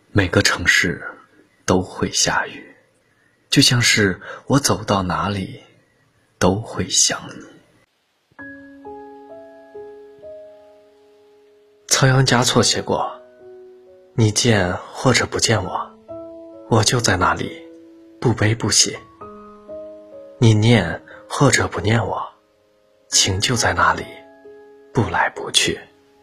每个城市都会下雨，就像是我走到哪里都会想你。仓央嘉措写过，你见或者不见我，我就在那里，不悲不喜。你念或者不念我，情就在那里，不来不去。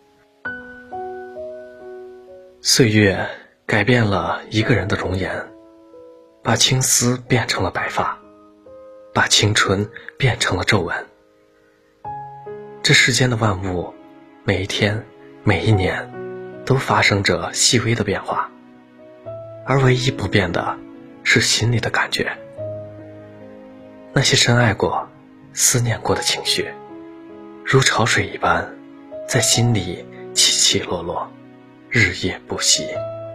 岁月改变了一个人的容颜，把青丝变成了白发，把青春变成了皱纹。这世间的万物，每一天每一年都发生着细微的变化，而唯一不变的是心里的感觉。那些深爱过思念过的情绪，如潮水一般在心里起起落落，日夜不息。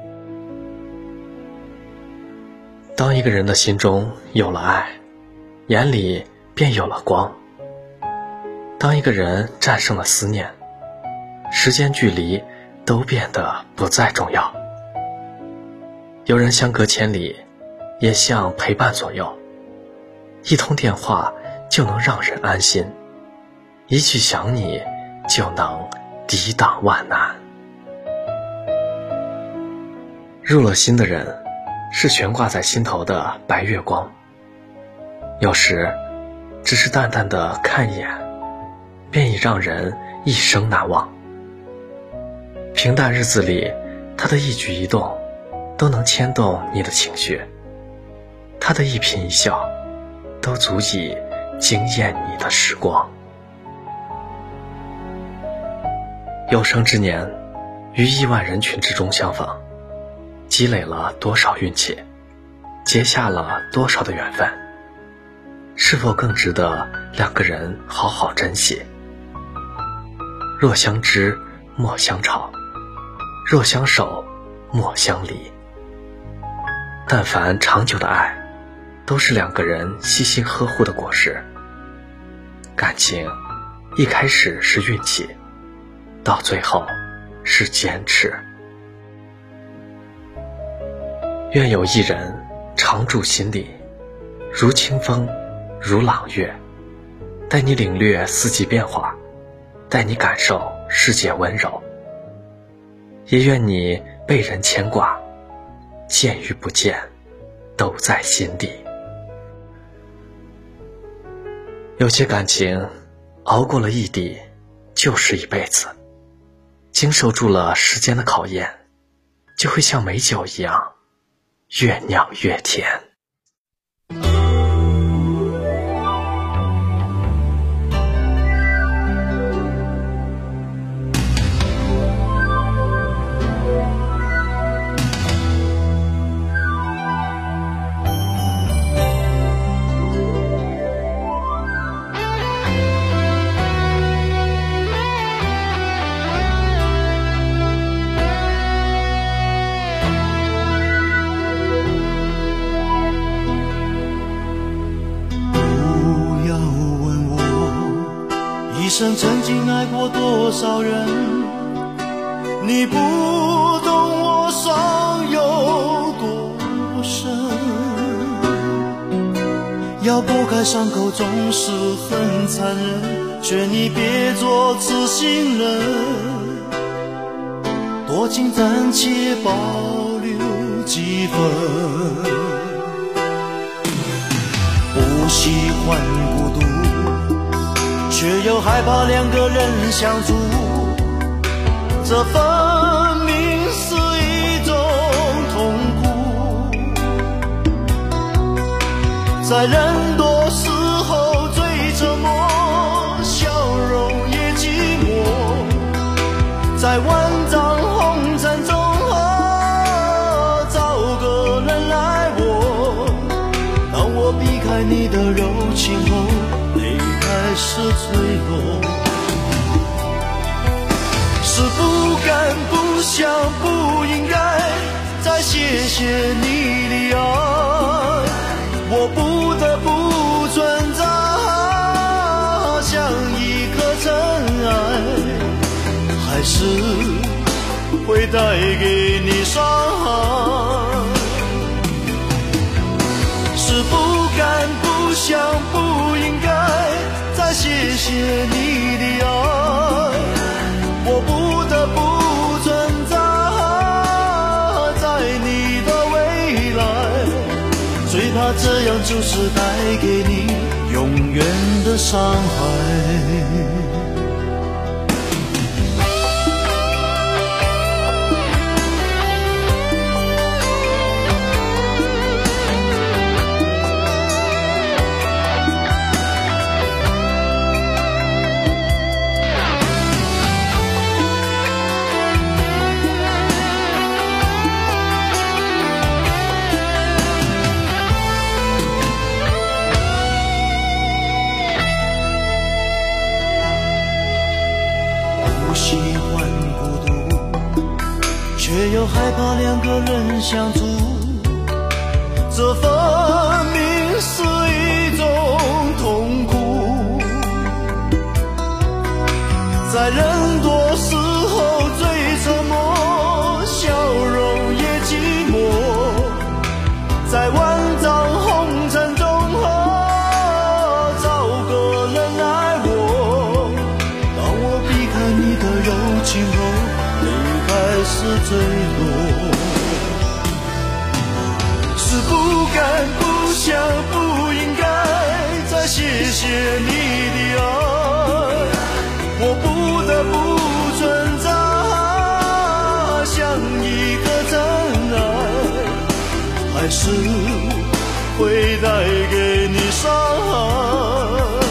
当一个人的心中有了爱，眼里便有了光。当一个人战胜了思念，时间距离都变得不再重要。有人相隔千里，也像陪伴左右。一通电话就能让人安心，一句想你就能抵挡万难。入了心的人，是悬挂在心头的白月光，有时只是淡淡的看一眼，便已让人一生难忘。平淡日子里，他的一举一动都能牵动你的情绪，他的一颦一笑都足以惊艳你的时光。有生之年，于亿万人群之中相逢，积累了多少运气，结下了多少的缘分，是否更值得两个人好好珍惜？若相知莫相吵，若相守莫相离。但凡长久的爱，都是两个人细心呵护的果实。感情一开始是运气，到最后是坚持。愿有一人常驻心里，如清风，如朗月，带你领略四季变化，带你感受世界温柔。也愿你被人牵挂，见与不见都在心底。有些感情熬过了异地，就是一辈子，经受住了时间的考验，就会像美酒一样越酿越甜。 一生曾经爱过多少人，你不懂我伤有多深。要拨开伤口总是很残忍，劝你别做痴心人，多情暂且保留几分。不喜欢孤独，却又害怕两个人相处，这分明是一种痛苦。在人多时候最沉默，笑容也寂寞。在万丈红尘中找个人来握。当我避开你的柔情后，开始坠落，是不敢不想不应该再谢谢你的爱，我不得不存在，像一颗尘埃，还是会带给你伤害。 怕这样就是带给你永远的伤害。不喜欢孤独，却又害怕两个人相处，这分明是一种痛苦。在人多时候最沉默，笑容也寂寞，在万丈红尘中找个人爱我。当我避开你的柔情后，离开是坠落，是不敢不想不应该再谢谢你的爱，我不得不存在，像一个真爱，还是会带给你伤害，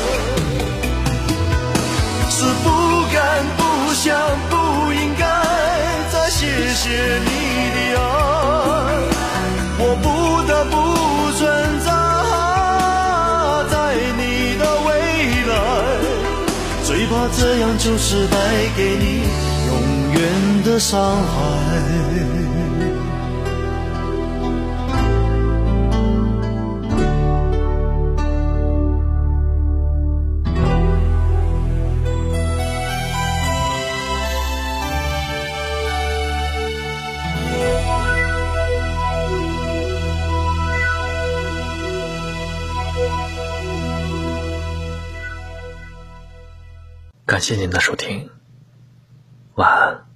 是不敢不想不应该再谢谢你的爱，我不得不存在在你的未来，最怕这样就是带给你永远的伤害。 感谢您的收听，晚安。